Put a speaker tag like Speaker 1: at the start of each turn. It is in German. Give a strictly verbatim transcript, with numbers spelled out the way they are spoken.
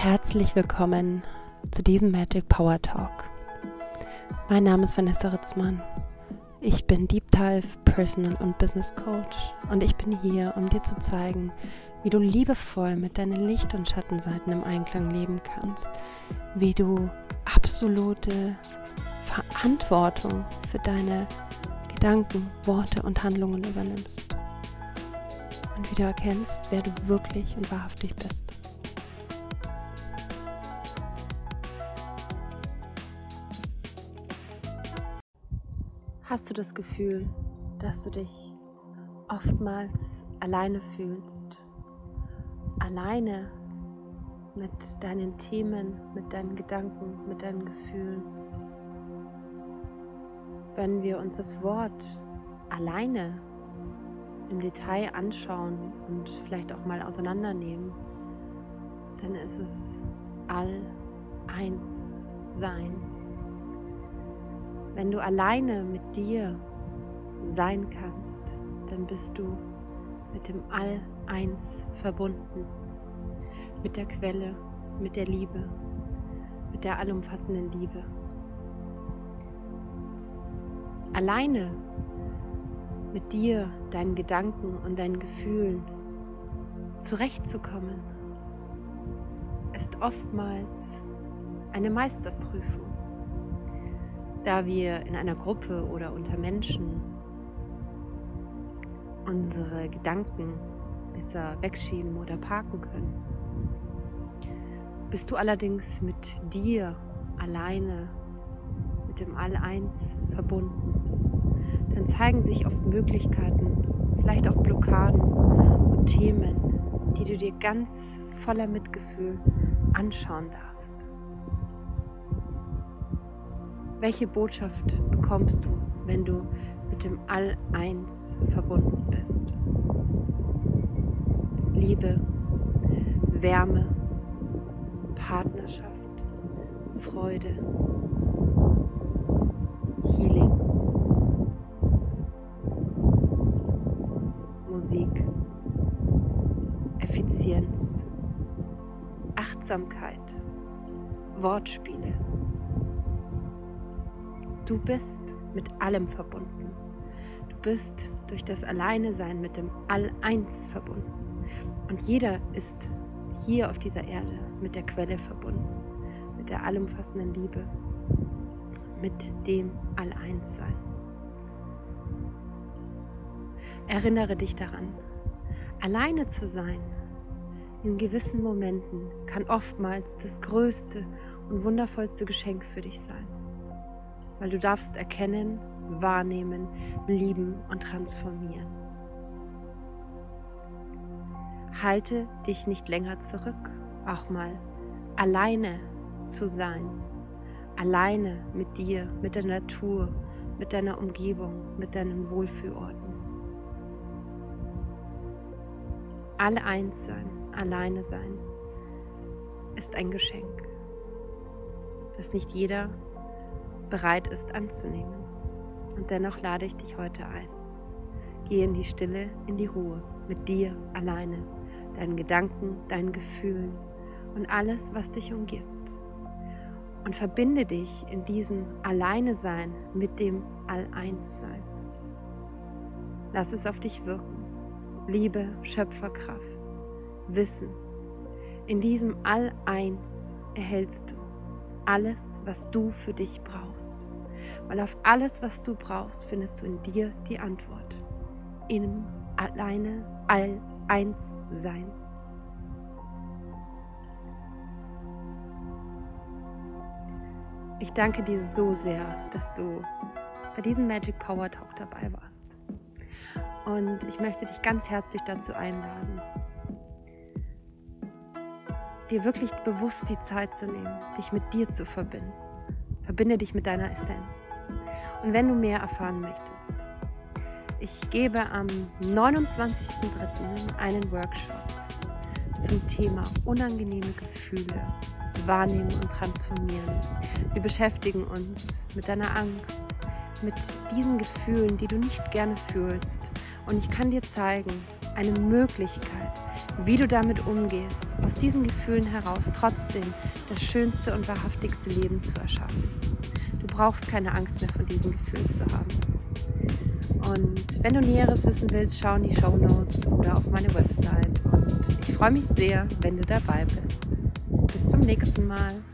Speaker 1: Herzlich willkommen zu diesem Magic Power Talk. Mein Name ist Vanessa Ritzmann. Ich bin Deep Dive Personal und Business Coach und ich bin hier, um dir zu zeigen, wie du liebevoll mit deinen Licht- und Schattenseiten im Einklang leben kannst, wie du absolute Verantwortung für deine Gedanken, Worte und Handlungen übernimmst und wie du erkennst, wer du wirklich und wahrhaftig bist. Hast du das Gefühl, dass du dich oftmals alleine fühlst? Alleine mit deinen Themen, mit deinen Gedanken, mit deinen Gefühlen? Wenn wir uns das Wort alleine im Detail anschauen und vielleicht auch mal auseinandernehmen, dann ist es All-Eins-Sein. Wenn du alleine mit dir sein kannst, dann bist du mit dem All-Eins verbunden, mit der Quelle, mit der Liebe, mit der allumfassenden Liebe. Alleine mit dir, deinen Gedanken und deinen Gefühlen zurechtzukommen, ist oftmals eine Meisterprüfung. Da wir in einer Gruppe oder unter Menschen unsere Gedanken besser wegschieben oder parken können. Bist du allerdings mit dir alleine, mit dem All-Eins verbunden, dann zeigen sich oft Möglichkeiten, vielleicht auch Blockaden und Themen, die du dir ganz voller Mitgefühl anschauen darfst. Welche Botschaft bekommst du, wenn du mit dem All-Eins verbunden bist? Liebe, Wärme, Partnerschaft, Freude, Healings, Musik, Effizienz, Achtsamkeit, Wortspiele. Du bist mit allem verbunden. Du bist durch das Alleine-Sein mit dem All-Eins verbunden. Und jeder ist hier auf dieser Erde mit der Quelle verbunden, mit der allumfassenden Liebe, mit dem All-Eins-Sein. Erinnere dich daran, alleine zu sein in gewissen Momenten kann oftmals das größte und wundervollste Geschenk für dich sein. Weil du darfst erkennen, wahrnehmen, lieben und transformieren. Halte dich nicht länger zurück, auch mal alleine zu sein. Alleine mit dir, mit der Natur, mit deiner Umgebung, mit deinen Wohlfühlorten. Alle eins sein, alleine sein, ist ein Geschenk, das nicht jeder bereit ist anzunehmen. Und dennoch lade ich dich heute ein. Geh in die Stille, in die Ruhe, mit dir alleine, deinen Gedanken, deinen Gefühlen und alles, was dich umgibt. Und verbinde dich in diesem Alleine-Sein mit dem All-Eins-Sein. Lass es auf dich wirken. Liebe, Schöpferkraft, Wissen. In diesem All-Eins erhältst du alles, was du für dich brauchst. Weil auf alles, was du brauchst, findest du in dir die Antwort. Im alleine All-Eins-Sein. Ich danke dir so sehr, dass du bei diesem Magic Power Talk dabei warst. Und ich möchte dich ganz herzlich dazu einladen, dir wirklich bewusst die Zeit zu nehmen, dich mit dir zu verbinden. Verbinde dich mit deiner Essenz. Und wenn du mehr erfahren möchtest, ich gebe am neunundzwanzigsten dritten einen Workshop zum Thema unangenehme Gefühle wahrnehmen und transformieren. Wir beschäftigen uns mit deiner Angst, mit diesen Gefühlen, die du nicht gerne fühlst. Und ich kann dir zeigen, eine Möglichkeit, wie du damit umgehst, aus diesen Gefühlen heraus trotzdem das schönste und wahrhaftigste Leben zu erschaffen. Du brauchst keine Angst mehr von diesen Gefühlen zu haben. Und wenn du Näheres wissen willst, schau in die Shownotes oder auf meine Website. Und ich freue mich sehr, wenn du dabei bist. Bis zum nächsten Mal.